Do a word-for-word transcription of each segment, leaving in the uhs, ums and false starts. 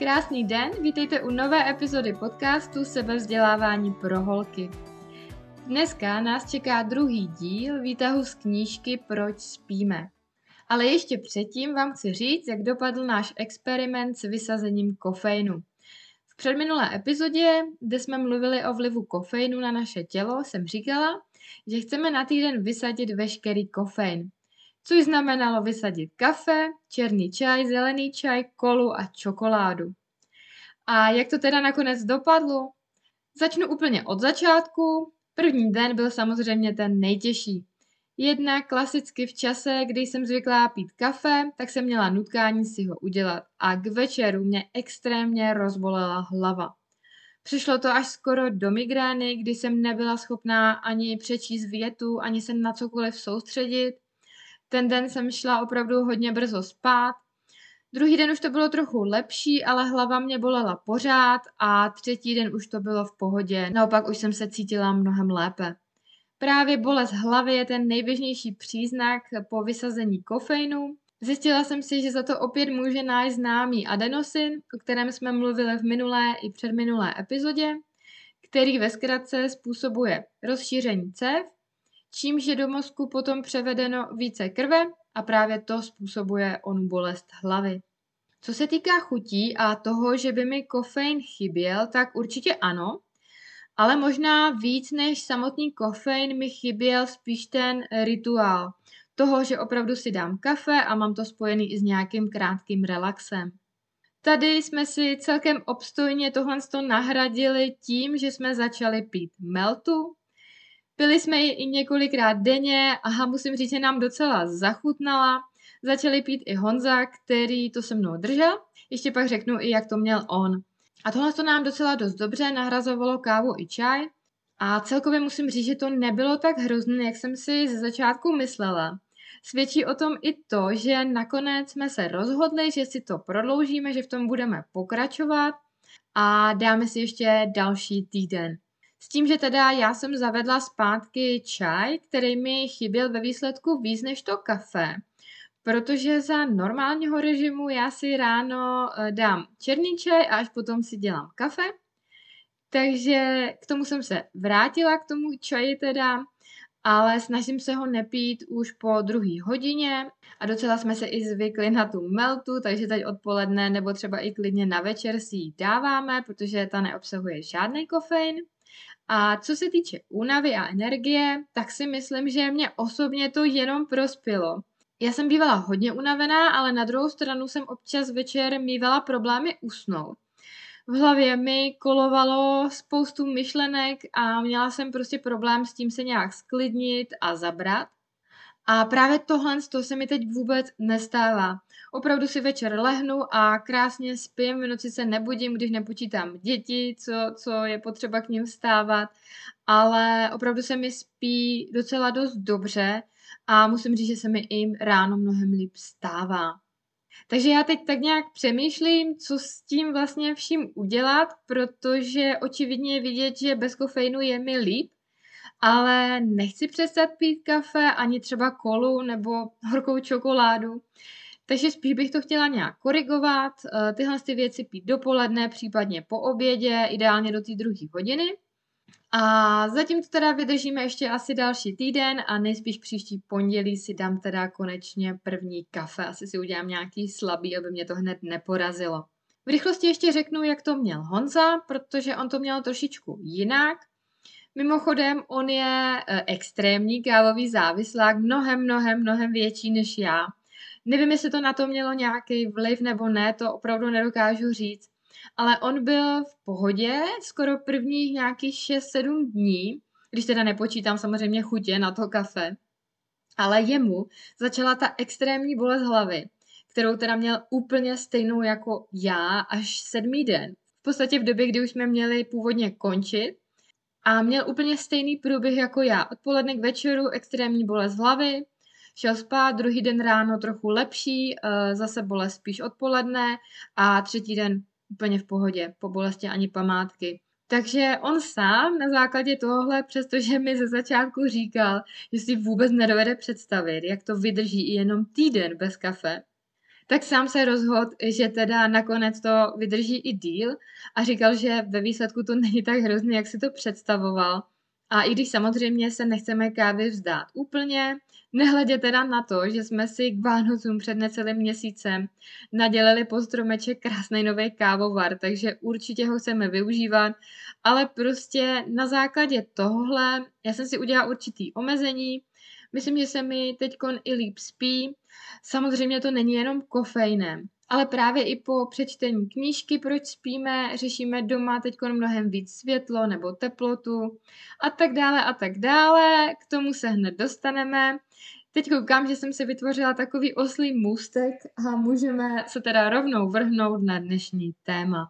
Krásný den, vítejte u nové epizody podcastu Sebevzdělávání pro holky. Dneska nás čeká druhý díl výtahu z knížky Proč spíme. Ale ještě předtím vám chci říct, jak dopadl náš experiment s vysazením kofeinu. V předminulé epizodě, kde jsme mluvili o vlivu kofeinu na naše tělo, jsem říkala, že chceme na týden vysadit veškerý kofein. Což znamenalo vysadit kafe, černý čaj, zelený čaj, kolu a čokoládu. A jak to teda nakonec dopadlo? Začnu úplně od začátku. První den byl samozřejmě ten nejtěžší. Jednak klasicky v čase, kdy jsem zvyklá pít kafe, tak jsem měla nutkání si ho udělat. A k večeru mě extrémně rozbolela hlava. Přišlo to až skoro do migrény, kdy jsem nebyla schopná ani přečíst větu, ani se na cokoliv soustředit. Ten den jsem šla opravdu hodně brzo spát. Druhý den už to bylo trochu lepší, ale hlava mě bolela pořád a třetí den už to bylo v pohodě. Naopak už jsem se cítila mnohem lépe. Právě bolest hlavy je ten nejběžnější příznak po vysazení kofeinu. Zjistila jsem si, že za to opět může nájsť známý adenosin, o kterém jsme mluvili v minulé i předminulé epizodě, který ve zkratce způsobuje rozšíření cév, čímž je do mozku potom převedeno více krve a právě to způsobuje onu bolest hlavy. Co se týká chutí a toho, že by mi kofein chyběl, tak určitě ano, ale možná víc než samotný kofein mi chyběl spíš ten rituál toho, že opravdu si dám kafe a mám to spojený i s nějakým krátkým relaxem. Tady jsme si celkem obstojně tohle nahradili tím, že jsme začali pít meltu. Pili jsme ji i několikrát denně a musím říct, že nám docela zachutnala. Začali pít i Honza, který to se mnou držel. Ještě pak řeknu i, jak to měl on. A tohle to nám docela dost dobře nahrazovalo kávu i čaj. A celkově musím říct, že to nebylo tak hrozné, jak jsem si ze začátku myslela. Svědčí o tom i to, že nakonec jsme se rozhodli, že si to prodloužíme, že v tom budeme pokračovat a dáme si ještě další týden. S tím, že teda já jsem zavedla zpátky čaj, který mi chyběl ve výsledku víc než to kafe, protože za normálního režimu já si ráno dám černý čaj a až potom si dělám kafe. Takže k tomu jsem se vrátila, k tomu čaji teda, ale snažím se ho nepít už po druhé hodině a docela jsme se i zvykli na tu meltu, takže teď odpoledne nebo třeba i klidně na večer si ji dáváme, protože ta neobsahuje žádný kofein. A co se týče únavy a energie, tak si myslím, že mě osobně to jenom prospělo. Já jsem bývala hodně unavená, ale na druhou stranu jsem občas večer mívala problémy usnout. V hlavě mi kolovalo spoustu myšlenek a měla jsem prostě problém s tím se nějak sklidnit a zabrat. A právě tohle to se mi teď vůbec nestává. Opravdu si večer lehnu a krásně spím, v noci se nebudím, když nepočítám děti, co, co je potřeba k ním vstávat, ale opravdu se mi spí docela dost dobře a musím říct, že se mi i ráno mnohem líp stává. Takže já teď tak nějak přemýšlím, co s tím vlastně vším udělat, protože očividně je vidět, že bez kofeinu je mi líp, ale nechci přestat pít kafe, ani třeba kolu nebo horkou čokoládu. Takže spíš bych to chtěla nějak korigovat, tyhle ty věci pít dopoledne, případně po obědě, ideálně do té druhé hodiny. A zatím to teda vydržíme ještě asi další týden a nejspíš příští pondělí si dám teda konečně první kafe. Asi si udělám nějaký slabý, aby mě to hned neporazilo. V rychlosti ještě řeknu, jak to měl Honza, protože on to měl trošičku jinak. Mimochodem, on je e, extrémní kávový závislák, mnohem, mnohem, mnohem větší než já. Nevím, jestli to na to mělo nějaký vliv nebo ne, to opravdu nedokážu říct. Ale on byl v pohodě skoro prvních nějakých šest sedm dní, když teda nepočítám samozřejmě chutě na to kafe. Ale jemu začala ta extrémní bolest hlavy, kterou teda měl úplně stejnou jako já až sedmý den. V podstatě v době, kdy už jsme měli původně končit. A měl úplně stejný průběh jako já. Odpoledne k večeru extrémní bolest hlavy, šel spát, druhý den ráno trochu lepší, zase bolest spíš odpoledne a třetí den úplně v pohodě, po bolesti ani památky. Takže on sám na základě tohohle, přestože mi ze začátku říkal, že si vůbec nedovede představit, jak to vydrží i jenom týden bez kafe, Tak sám se rozhodl, že teda nakonec to vydrží i díl a říkal, že ve výsledku to není tak hrozný, jak si to představoval. A i když samozřejmě se nechceme kávy vzdát úplně, nehledě teda na to, že jsme si k Vánocům před necelým měsícem nadělili pod stromeček krásný nový kávovar, takže určitě ho chceme využívat, ale prostě na základě tohle já jsem si udělala určitý omezení. Myslím, že se mi teďkon i líp spí. Samozřejmě to není jenom kofeinem, ale právě i po přečtení knížky Proč spíme, řešíme doma teďkon mnohem víc světlo nebo teplotu a tak dále a tak dále. K tomu se hned dostaneme. Teď koukám, že jsem si vytvořila takový oslý můstek a můžeme se teda rovnou vrhnout na dnešní téma.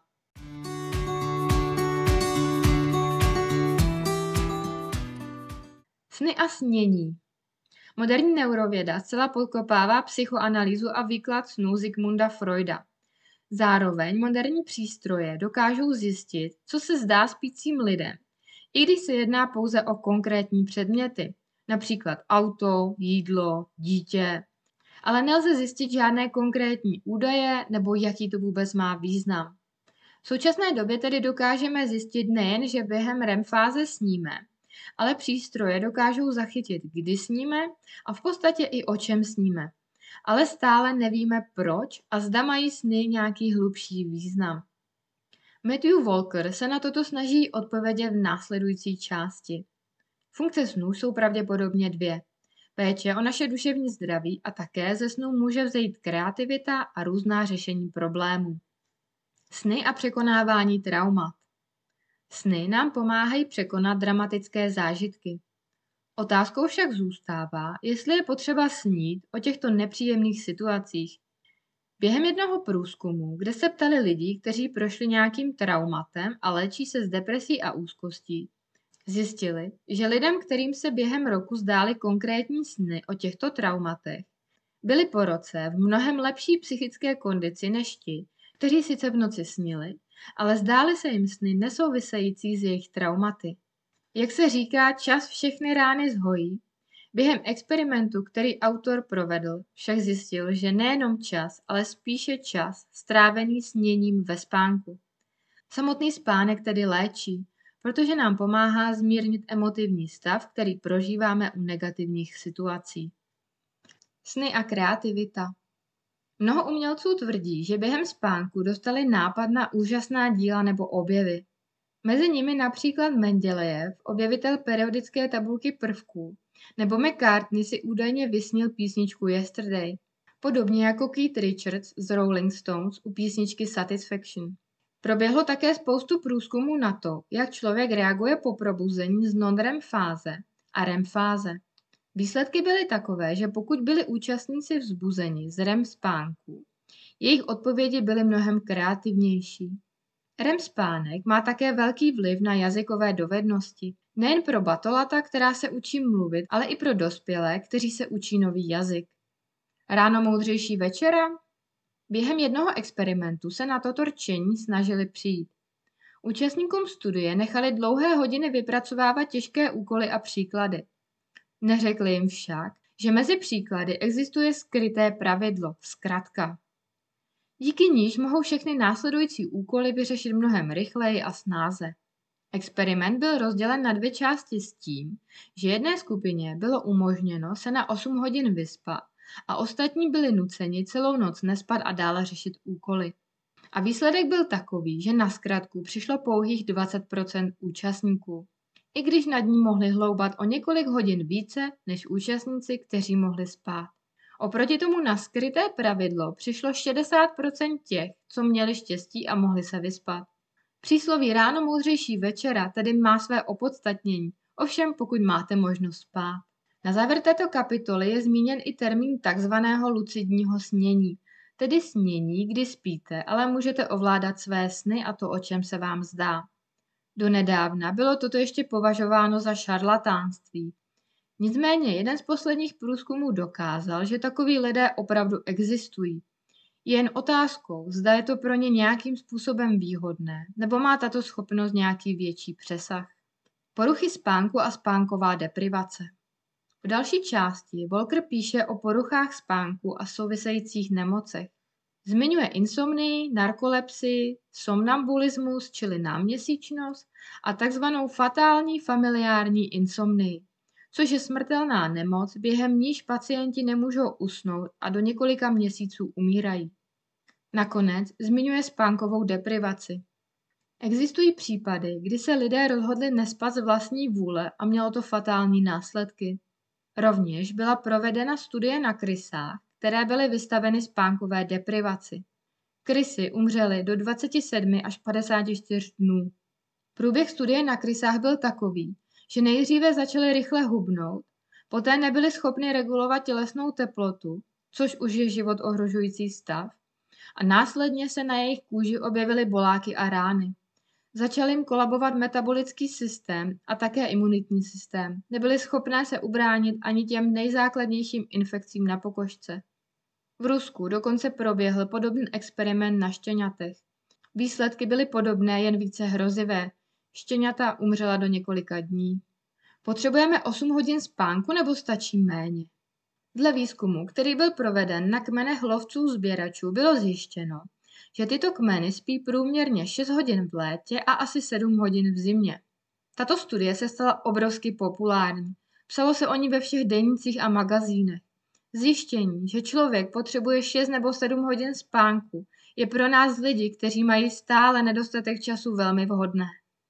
Sny a snění. Moderní neurověda zcela podkopává psychoanalýzu a výklad snů Sigmunda Freuda. Zároveň moderní přístroje dokážou zjistit, co se zdá spícím lidem, i když se jedná pouze o konkrétní předměty, například auto, jídlo, dítě. Ale nelze zjistit žádné konkrétní údaje nebo jaký to vůbec má význam. V současné době tedy dokážeme zjistit nejen, že během R E M fáze sníme, ale přístroje dokážou zachytit, kdy sníme a v podstatě i o čem sníme. Ale stále nevíme proč a zda mají sny nějaký hlubší význam. Matthew Walker se na toto snaží odpovědět v následující části. Funkce snů jsou pravděpodobně dvě. Péče o naše duševní zdraví a také ze snů může vzejít kreativita a různá řešení problémů. Sny a překonávání traumat. Sny nám pomáhají překonat dramatické zážitky. Otázkou však zůstává, jestli je potřeba snít o těchto nepříjemných situacích. Během jednoho průzkumu, kde se ptali lidí, kteří prošli nějakým traumatem a léčí se s depresí a úzkostí, zjistili, že lidem, kterým se během roku zdály konkrétní sny o těchto traumatech, byli po roce v mnohem lepší psychické kondici než ti, kteří sice v noci snili, ale zdály se jim sny nesouvisející s jejich traumaty. Jak se říká, čas všechny rány zhojí. Během experimentu, který autor provedl, však zjistil, že nejenom čas, ale spíše čas strávený sněním ve spánku. Samotný spánek tedy léčí, protože nám pomáhá zmírnit emotivní stav, který prožíváme u negativních situací. Sny a kreativita. Mnoho umělců tvrdí, že během spánku dostali nápad na úžasná díla nebo objevy. Mezi nimi například Mendelejev, objevitel periodické tabulky prvků, nebo McCartney si údajně vysnil písničku Yesterday, podobně jako Keith Richards z Rolling Stones u písničky Satisfaction. Proběhlo také spoustu průzkumů na to, jak člověk reaguje po probuzení z non-R E M fáze a R E M fáze. Výsledky byly takové, že pokud byli účastníci vzbuzeni z R E M spánku, jejich odpovědi byly mnohem kreativnější. R E M spánek má také velký vliv na jazykové dovednosti, nejen pro batolata, která se učí mluvit, ale i pro dospělé, kteří se učí nový jazyk. Ráno moudřejší večera? Během jednoho experimentu se na toto rčení snažili přijít. Účastníkům studie nechali dlouhé hodiny vypracovávat těžké úkoly a příklady. Neřekli jim však, že mezi příklady existuje skryté pravidlo, zkratka. Díky níž mohou všechny následující úkoly vyřešit mnohem rychleji a snáze. Experiment byl rozdělen na dvě části s tím, že jedné skupině bylo umožněno se na osm hodin vyspat a ostatní byli nuceni celou noc nespat a dále řešit úkoly. A výsledek byl takový, že na zkratku přišlo pouhých dvacet procent účastníků, i když nad ní mohli hloubat o několik hodin více než účastníci, kteří mohli spát. Oproti tomu na skryté pravidlo přišlo šedesát procent těch, co měli štěstí a mohli se vyspat. Přísloví ráno moudřejší večera tedy má své opodstatnění, ovšem pokud máte možnost spát. Na závěr této kapitoly je zmíněn i termín takzvaného lucidního snění, tedy snění, kdy spíte, ale můžete ovládat své sny a to, o čem se vám zdá. Donedávna bylo toto ještě považováno za šarlatánství. Nicméně jeden z posledních průzkumů dokázal, že takoví lidé opravdu existují. Je jen otázkou, zda je to pro ně nějakým způsobem výhodné, nebo má tato schopnost nějaký větší přesah. Poruchy spánku a spánková deprivace. V další části Walker píše o poruchách spánku a souvisejících nemocech. Zmiňuje insomnii, narkolepsii, somnambulismus, čili náměsíčnost, a takzvanou fatální familiární insomnii, což je smrtelná nemoc, během níž pacienti nemůžou usnout a do několika měsíců umírají. Nakonec zmiňuje spánkovou deprivaci. Existují případy, kdy se lidé rozhodli nespat z vlastní vůle a mělo to fatální následky. Rovněž byla provedena studie na krysách, které byly vystaveny spánkové deprivaci. Krysy umřely do dvacet sedm až padesát čtyři dnů. Průběh studie na krysách byl takový, že nejdříve začaly rychle hubnout, poté nebyly schopny regulovat tělesnou teplotu, což už je život ohrožující stav, a následně se na jejich kůži objevily boláky a rány. Začal jim kolabovat metabolický systém a také imunitní systém. Nebyli schopné se ubránit ani těm nejzákladnějším infekcím na pokožce. V Rusku dokonce proběhl podobný experiment na štěňatech. Výsledky byly podobné, jen více hrozivé. Štěňata umřela do několika dní. Potřebujeme osm hodin spánku nebo stačí méně? Dle výzkumu, který byl proveden na kmenech lovců sběračů, bylo zjištěno, že tyto kmeny spí průměrně šest hodin v létě a asi sedm hodin v zimě. Tato studie se stala obrovsky populární. Psalo se o ní ve všech denících a magazínech. Zjištění, že člověk potřebuje šest nebo sedm hodin spánku, je pro nás lidi, kteří mají stále nedostatek času, velmi vhodné.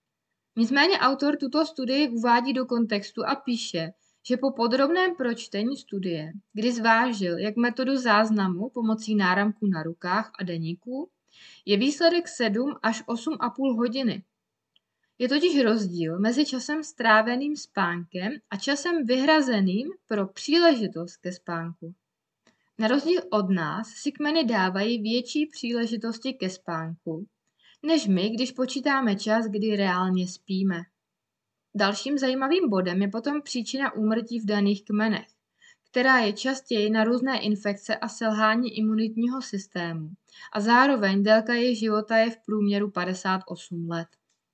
Nicméně autor tuto studii uvádí do kontextu a píše, že po podrobném pročtení studie, kdy zvážil jak metodu záznamu pomocí náramků na rukách a deníků, je výsledek sedm až osm a půl hodiny. Je totiž rozdíl mezi časem stráveným spánkem a časem vyhrazeným pro příležitost ke spánku. Na rozdíl od nás si kmeny dávají větší příležitosti ke spánku, než my, když počítáme čas, kdy reálně spíme. Dalším zajímavým bodem je potom příčina úmrtí v daných kmenech, která je častěji na různé infekce a selhání imunitního systému a zároveň délka jejich života je v průměru padesát osm let.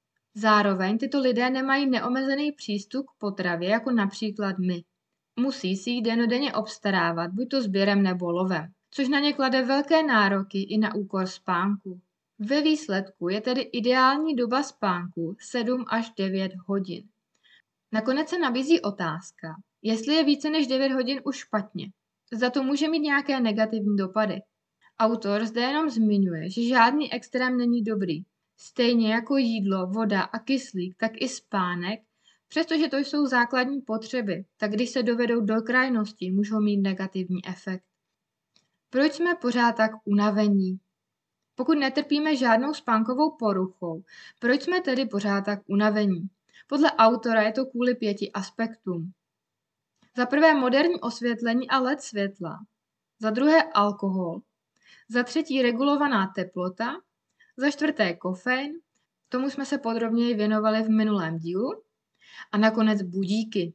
Zároveň tyto lidé nemají neomezený přístup k potravě, jako například my. Musí si ji dennodenně obstarávat, buď to sběrem nebo lovem, což na ně klade velké nároky i na úkor spánku. Ve výsledku je tedy ideální doba spánku sedm až devět hodin. Nakonec se nabízí otázka, jestli je více než devět hodin už špatně. Zda to může mít nějaké negativní dopady. Autor zde jenom zmiňuje, že žádný extrém není dobrý. Stejně jako jídlo, voda a kyslík, tak i spánek, přestože to jsou základní potřeby, tak když se dovedou do krajnosti, můžou mít negativní efekt. Proč jsme pořád tak unavení? Pokud netrpíme žádnou spánkovou poruchou, proč jsme tedy pořád tak unavení? Podle autora je to kvůli pěti aspektům. Za prvé moderní osvětlení a el é dé světla, za druhé alkohol, za třetí regulovaná teplota, za čtvrté kofein, tomu jsme se podrobněji věnovali v minulém dílu, a nakonec budíky.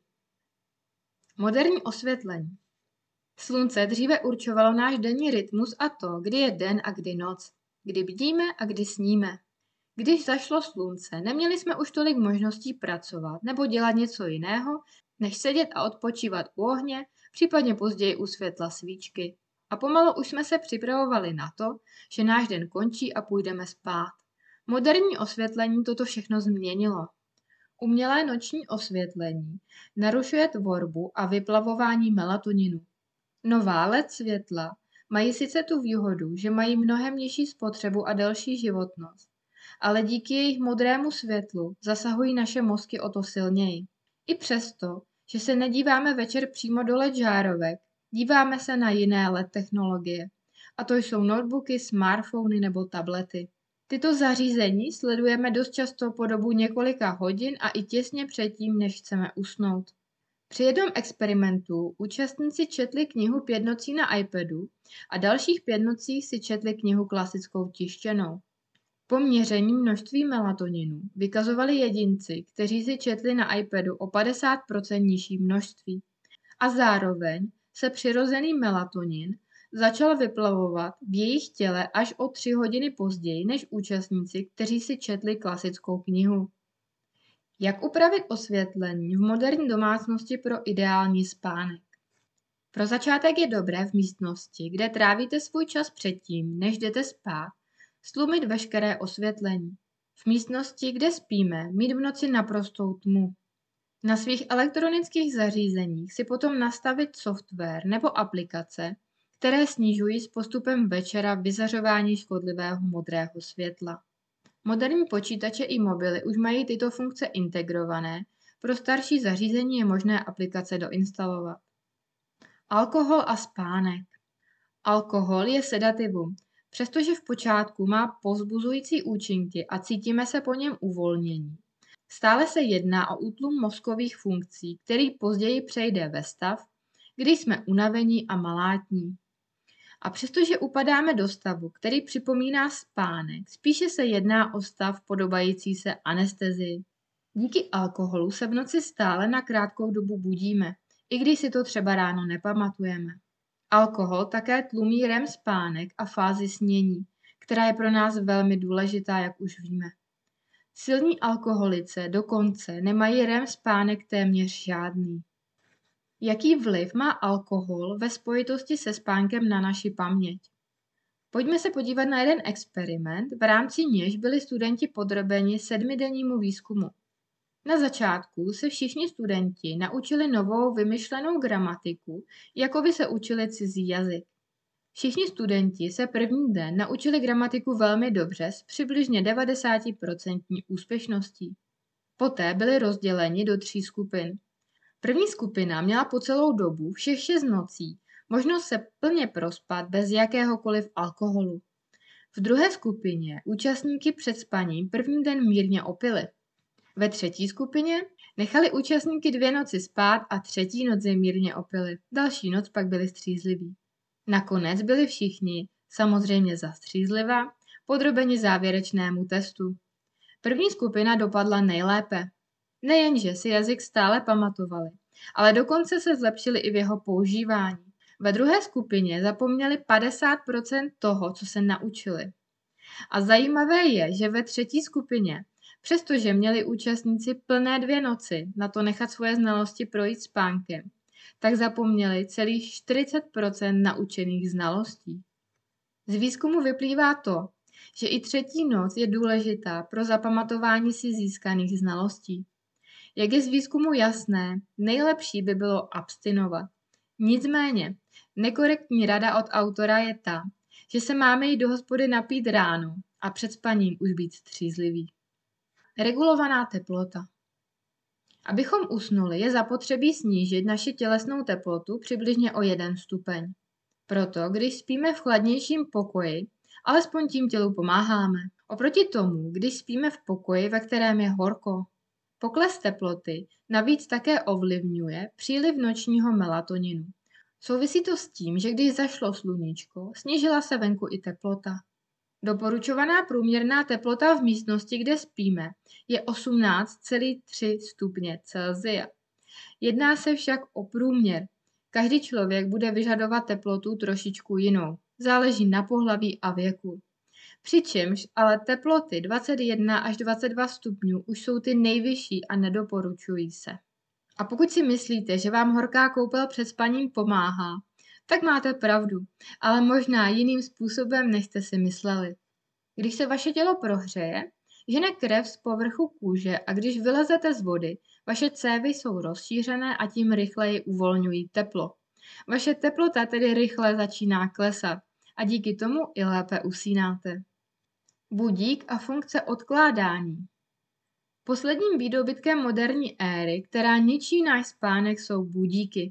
Moderní osvětlení. Slunce dříve určovalo náš denní rytmus a to, kdy je den a kdy noc, kdy bdíme a kdy sníme. Když zašlo slunce, neměli jsme už tolik možností pracovat nebo dělat něco jiného, než sedět a odpočívat u ohně, případně později u světla svíčky. A pomalu už jsme se připravovali na to, že náš den končí a půjdeme spát. Moderní osvětlení toto všechno změnilo. Umělé noční osvětlení narušuje tvorbu a vyplavování melatoninu. Nová el é dé světla mají sice tu výhodu, že mají mnohem nižší spotřebu a delší životnost, ale díky jejich modrému světlu zasahují naše mozky o to silněji. I přesto, že se nedíváme večer přímo do el é dé žárovek, díváme se na jiné el é dé technologie, a to jsou notebooky, smartfony nebo tablety. Tyto zařízení sledujeme dost často po dobu několika hodin a i těsně předtím, než chceme usnout. Při jednom experimentu účastníci četli knihu pět nocí na iPadu a dalších pět nocí si četli knihu klasickou tištěnou. Po měření množství melatoninu vykazovali jedinci, kteří si četli na iPadu o padesát procent nižší množství. A zároveň se přirozený melatonin začal vyplavovat v jejich těle až o tři hodiny později než účastníci, kteří si četli klasickou knihu. Jak upravit osvětlení v moderní domácnosti pro ideální spánek? Pro začátek je dobré v místnosti, kde trávíte svůj čas předtím, než jdete spát, stlumit veškeré osvětlení. V místnosti, kde spíme, mít v noci naprostou tmu. Na svých elektronických zařízeních si potom nastavit software nebo aplikace, které snižují s postupem večera vyzařování škodlivého modrého světla. Moderní počítače i mobily už mají tyto funkce integrované, pro starší zařízení je možné aplikace doinstalovat. Alkohol a spánek. Alkohol je sedativum, přestože v počátku má povzbuzující účinky a cítíme se po něm uvolnění. Stále se jedná o útlum mozkových funkcí, který později přejde ve stav, kdy jsme unavení a malátní. A přestože upadáme do stavu, který připomíná spánek, spíše se jedná o stav podobající se anestezii. Díky alkoholu se v noci stále na krátkou dobu budíme, i když si to třeba ráno nepamatujeme. Alkohol také tlumí R E M spánek a fázi snění, která je pro nás velmi důležitá, jak už víme. Silní alkoholice dokonce nemají R E M spánek téměř žádný. Jaký vliv má alkohol ve spojitosti se spánkem na naši paměť? Pojďme se podívat na jeden experiment, v rámci nějž byli studenti podrobeni sedmidennímu výzkumu. Na začátku se všichni studenti naučili novou vymyšlenou gramatiku, jako by se učili cizí jazyk. Všichni studenti se první den naučili gramatiku velmi dobře s přibližně devadesát procent úspěšností. Poté byli rozděleni do tří skupin. První skupina měla po celou dobu všech šest nocí možnost se plně prospat bez jakéhokoliv alkoholu. V druhé skupině účastníky před spaním první den mírně opili. Ve třetí skupině nechali účastníky dvě noci spát a třetí noc je mírně opili. Další noc pak byli střízliví. Nakonec byli všichni, samozřejmě za střízliva, podrobeni závěrečnému testu. První skupina dopadla nejlépe. Nejenže si jazyk stále pamatovali, ale dokonce se zlepšili i v jeho používání. Ve druhé skupině zapomněli padesát procent toho, co se naučili. A zajímavé je, že ve třetí skupině, přestože měli účastníci plné dvě noci na to nechat svoje znalosti projít spánkem, tak zapomněli celých čtyřicet procent naučených znalostí. Z výzkumu vyplývá to, že i třetí noc je důležitá pro zapamatování si získaných znalostí. Jak je z výzkumu jasné, nejlepší by bylo abstinovat. Nicméně, nekorektní rada od autora je ta, že se máme jít do hospody napít ráno a před spaním už být střízlivý. Regulovaná teplota. Abychom usnuli, je zapotřebí snížit naši tělesnou teplotu přibližně o jeden stupeň. Proto, když spíme v chladnějším pokoji, alespoň tím tělu pomáháme. Oproti tomu, když spíme v pokoji, ve kterém je horko. Pokles teploty navíc také ovlivňuje příliv nočního melatoninu. Souvisí to s tím, že když zašlo sluníčko, snížila se venku i teplota. Doporučovaná průměrná teplota v místnosti, kde spíme, je osmnáct celá tři stupně Celsia. Jedná se však o průměr. Každý člověk bude vyžadovat teplotu trošičku jinou. Záleží na pohlaví a věku. Přičemž ale teploty dvacet jedna až dvacet dva stupňů už jsou ty nejvyšší a nedoporučují se. A pokud si myslíte, že vám horká koupel před spaním pomáhá, tak máte pravdu, ale možná jiným způsobem, než jste si mysleli. Když se vaše tělo prohřeje, žene krev z povrchu kůže a když vylezete z vody, vaše cévy jsou rozšířené a tím rychleji uvolňují teplo. Vaše teplota tedy rychle začíná klesat a díky tomu i lépe usínáte. Budík a funkce odkládání. Posledním výdobytkem moderní éry, která ničí náš spánek, jsou budíky.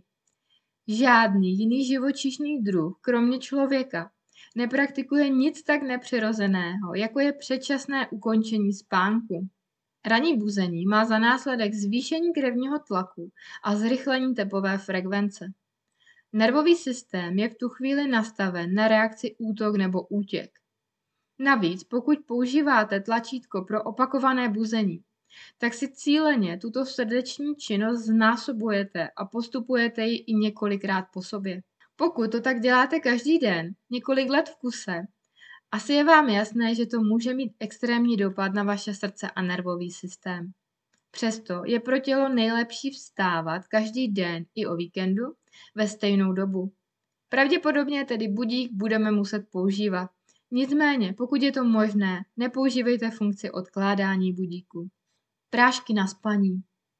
Žádný jiný živočišný druh, kromě člověka, nepraktikuje nic tak nepřirozeného, jako je předčasné ukončení spánku. Ranní buzení má za následek zvýšení krevního tlaku a zrychlení tepové frekvence. Nervový systém je v tu chvíli nastaven na reakci útok nebo útěk. Navíc, pokud používáte tlačítko pro opakované buzení, tak si cíleně tuto srdeční činnost znásobujete a postupujete ji i několikrát po sobě. Pokud to tak děláte každý den, několik let v kuse, asi je vám jasné, že to může mít extrémní dopad na vaše srdce a nervový systém. Přesto je pro tělo nejlepší vstávat každý den i o víkendu ve stejnou dobu. Pravděpodobně tedy budík budeme muset používat. Nicméně, pokud je to možné, nepoužívejte funkci odkládání budíku. Prášky na spaní.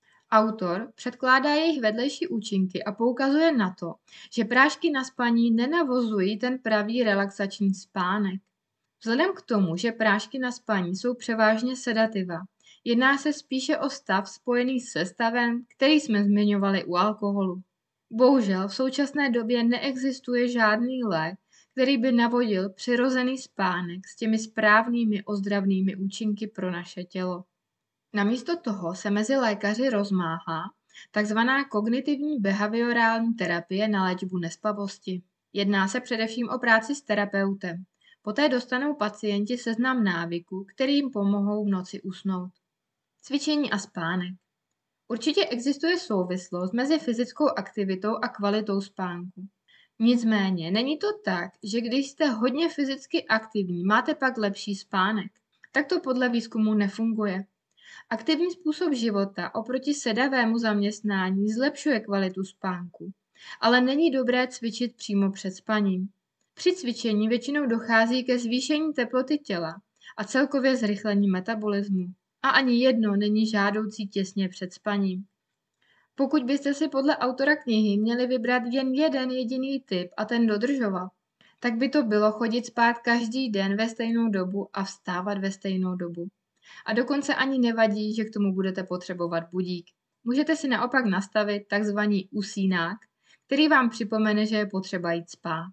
Autor předkládá jejich vedlejší účinky a poukazuje na to, že prášky na spaní nenavozují ten pravý relaxační spánek. Vzhledem k tomu, že prášky na spaní jsou převážně sedativa, jedná se spíše o stav spojený se stavem, který jsme zmiňovali u alkoholu. Bohužel v současné době neexistuje žádný lék, který by navodil přirozený spánek s těmi správnými ozdravnými účinky pro naše tělo. Namísto toho se mezi lékaři rozmáhá takzvaná kognitivní behaviorální terapie na léčbu nespavosti. Jedná se především o práci s terapeutem. Poté dostanou pacienti seznam návyků, který jim pomohou v noci usnout. Cvičení a spánek. Určitě existuje souvislost mezi fyzickou aktivitou a kvalitou spánku. Nicméně není to tak, že když jste hodně fyzicky aktivní, máte pak lepší spánek. Tak to podle výzkumu nefunguje. Aktivní způsob života oproti sedavému zaměstnání zlepšuje kvalitu spánku, ale není dobré cvičit přímo před spaním. Při cvičení většinou dochází ke zvýšení teploty těla a celkově zrychlení metabolismu. A ani jedno není žádoucí těsně před spaním. Pokud byste si podle autora knihy měli vybrat jen jeden jediný tip a ten dodržovat, tak by to bylo chodit spát každý den ve stejnou dobu a vstávat ve stejnou dobu. A dokonce ani nevadí, že k tomu budete potřebovat budík. Můžete si naopak nastavit takzvaný usínák, který vám připomene, že je potřeba jít spát.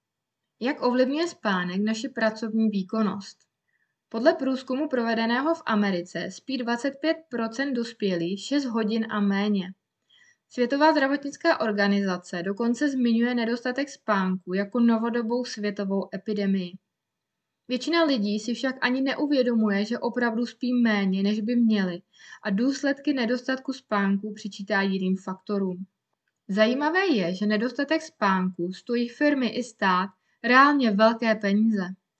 Jak ovlivňuje spánek naši pracovní výkonnost? Podle průzkumu provedeného v Americe spí dvacet pět procent dospělých šest hodin a méně. Světová zdravotnická organizace dokonce zmiňuje nedostatek spánku jako novodobou světovou epidemii. Většina lidí si však ani neuvědomuje, že opravdu spí méně, než by měli, a důsledky nedostatku spánku přičítá jiným faktorům. Zajímavé je, že nedostatek spánku stojí firmy i stát reálně velké peníze.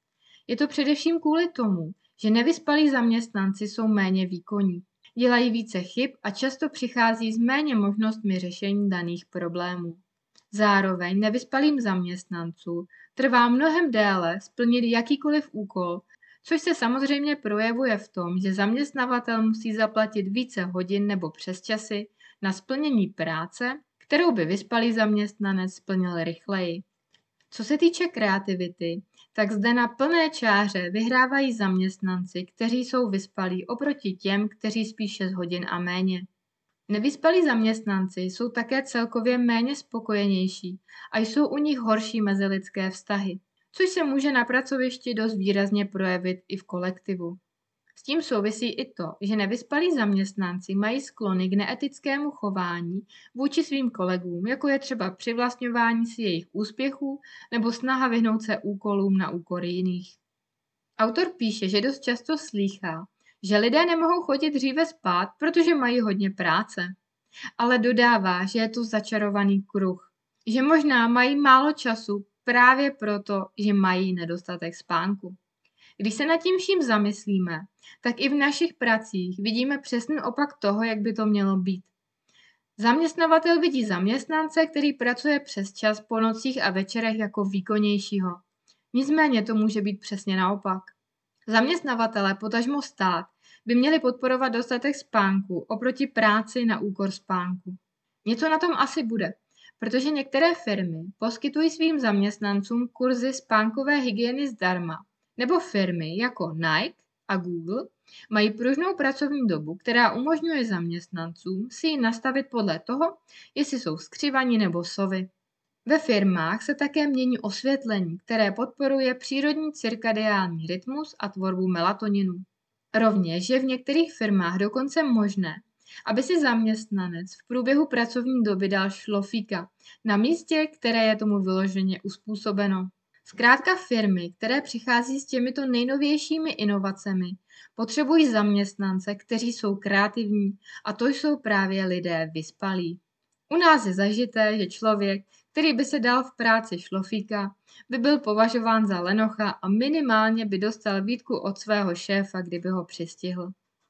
Je to především kvůli tomu, že nevyspalí zaměstnanci jsou méně výkonní, dělají více chyb a často přichází s méně možnostmi řešení daných problémů. Zároveň nevyspalým zaměstnancům trvá mnohem déle splnit jakýkoliv úkol, což se samozřejmě projevuje v tom, že zaměstnavatel musí zaplatit více hodin nebo přesčasy na splnění práce, kterou by vyspalý zaměstnanec splnil rychleji. Co se týče kreativity, tak zde na plné čáře vyhrávají zaměstnanci, kteří jsou vyspalí oproti těm, kteří spí šest hodin a méně. Nevyspalí zaměstnanci jsou také celkově méně spokojenější a jsou u nich horší mezilidské vztahy, což se může na pracovišti dost výrazně projevit i v kolektivu. S tím souvisí i to, že nevyspalí zaměstnanci mají sklony k neetickému chování vůči svým kolegům, jako je třeba přivlastňování si jejich úspěchů nebo snaha vyhnout se úkolům na úkor jiných. Autor píše, že dost často slýchá, že lidé nemohou chodit dříve spát, protože mají hodně práce. Ale dodává, že je to začarovaný kruh, že možná mají málo času právě proto, že mají nedostatek spánku. Když se nad tím vším zamyslíme, tak i v našich pracích vidíme přesný opak toho, jak by to mělo být. Zaměstnavatel vidí zaměstnance, který pracuje přes čas po nocích a večerech jako výkonnějšího. Nicméně to může být přesně naopak. Zaměstnavatelé, potažmo stát, by měli podporovat dostatek spánku oproti práci na úkor spánku. Něco na tom asi bude, protože některé firmy poskytují svým zaměstnancům kurzy spánkové hygieny zdarma, nebo firmy jako Nike a Google mají pružnou pracovní dobu, která umožňuje zaměstnancům si ji nastavit podle toho, jestli jsou skřivaní nebo sovy. Ve firmách se také mění osvětlení, které podporuje přírodní cirkadiální rytmus a tvorbu melatoninu. Rovněž je v některých firmách dokonce možné, aby si zaměstnanec v průběhu pracovní doby dal šlofíka na místě, které je tomu vyloženě uspůsobeno. Zkrátka firmy, které přichází s těmito nejnovějšími inovacemi, potřebují zaměstnance, kteří jsou kreativní, a to jsou právě lidé vyspalí. U nás je zažité, že člověk, který by se dal v práci šlofíka, by byl považován za lenocha a minimálně by dostal výtku od svého šéfa, kdyby ho přistihl.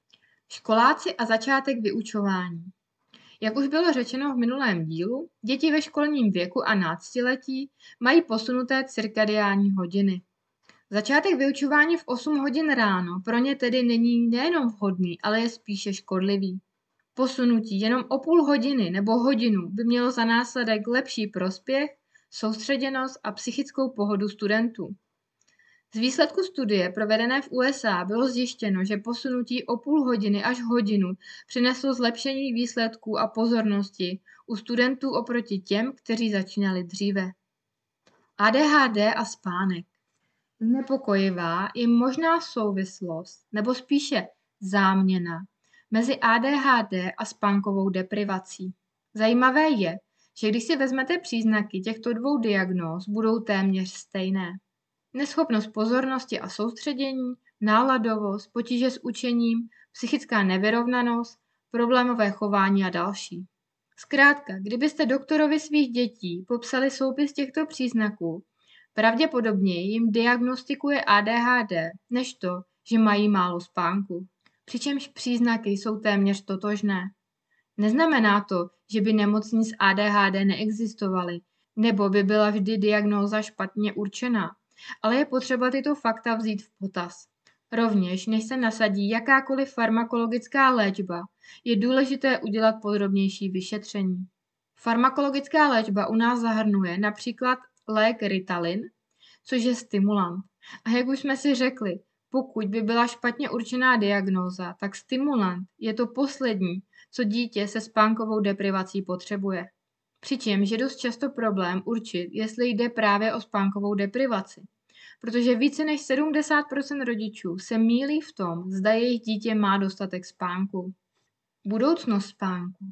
Školáci a začátek vyučování. Jak už bylo řečeno v minulém dílu, děti ve školním věku a náctiletí mají posunuté cirkadiální hodiny. Začátek vyučování v osm hodin ráno pro ně tedy není nejenom vhodný, ale je spíše škodlivý. Posunutí jenom o půl hodiny nebo hodinu by mělo za následek lepší prospěch, soustředěnost a psychickou pohodu studentů. Z výsledku studie provedené v U S A bylo zjištěno, že posunutí o půl hodiny až hodinu přineslo zlepšení výsledků a pozornosti u studentů oproti těm, kteří začínali dříve. A D H D a spánek. Znepokojivá je možná souvislost, nebo spíše záměna, mezi A D H D a spánkovou deprivací. Zajímavé je, že když si vezmete příznaky těchto dvou diagnóz, budou téměř stejné. Neschopnost pozornosti a soustředění, náladovost, potíže s učením, psychická nevyrovnanost, problémové chování a další. Zkrátka, kdybyste doktorovi svých dětí popsali soupis těchto příznaků, pravděpodobně jim diagnostikuje A D H D, než to, že mají málo spánku. Přičemž příznaky jsou téměř totožné. Neznamená to, že by nemocní s A D H D neexistovaly, nebo by byla vždy diagnóza špatně určená, ale je potřeba tyto fakta vzít v potaz. Rovněž, než se nasadí jakákoliv farmakologická léčba, je důležité udělat podrobnější vyšetření. Farmakologická léčba u nás zahrnuje například lék Ritalin, což je stimulant. A jak už jsme si řekli, pokud by byla špatně určená diagnóza, tak stimulant je to poslední, co dítě se spánkovou deprivací potřebuje. Přičemž je dost často problém určit, jestli jde právě o spánkovou deprivaci, protože více než sedmdesát procent rodičů se mýlí v tom, zda jejich dítě má dostatek spánku. Budoucnost spánku.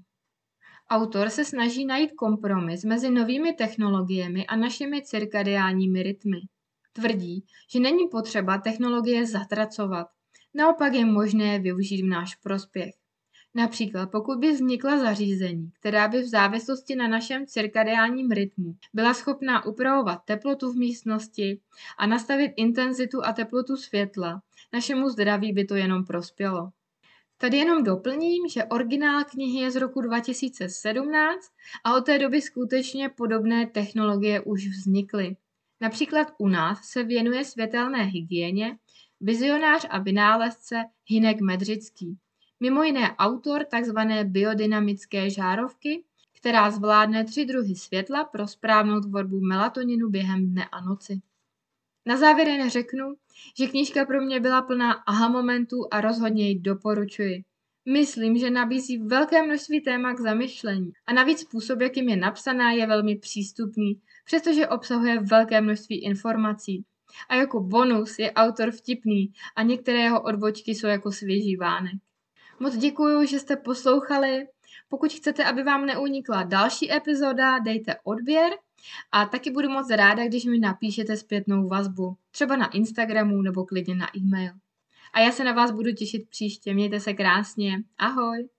Autor se snaží najít kompromis mezi novými technologiemi a našimi cirkadiálními rytmy. Tvrdí, že není potřeba technologie zatracovat, naopak je možné je využít v náš prospěch. Například pokud by vznikla zařízení, která by v závislosti na našem cirkadiálním rytmu byla schopná upravovat teplotu v místnosti a nastavit intenzitu a teplotu světla, našemu zdraví by to jenom prospělo. Tady jenom doplním, že originál knihy je z roku dva tisíce sedmnáct a od té doby skutečně podobné technologie už vznikly. Například u nás se věnuje světelné hygieně vizionář a vynálezce Hynek Medřický. Mimo jiné autor tzv. Biodynamické žárovky, která zvládne tři druhy světla pro správnou tvorbu melatoninu během dne a noci. Na závěr jen řeknu, že knížka pro mě byla plná aha momentů a rozhodně ji doporučuji. Myslím, že nabízí velké množství témat k zamyšlení a navíc způsob, jakým je napsaná, je velmi přístupný, přestože obsahuje velké množství informací. A jako bonus je autor vtipný a některé jeho odbočky jsou jako svěží vánek. Moc děkuju, že jste poslouchali. Pokud chcete, aby vám neunikla další epizoda, dejte odběr a taky budu moc ráda, když mi napíšete zpětnou vazbu, třeba na Instagramu nebo klidně na e-mail. A já se na vás budu těšit příště. Mějte se krásně. Ahoj!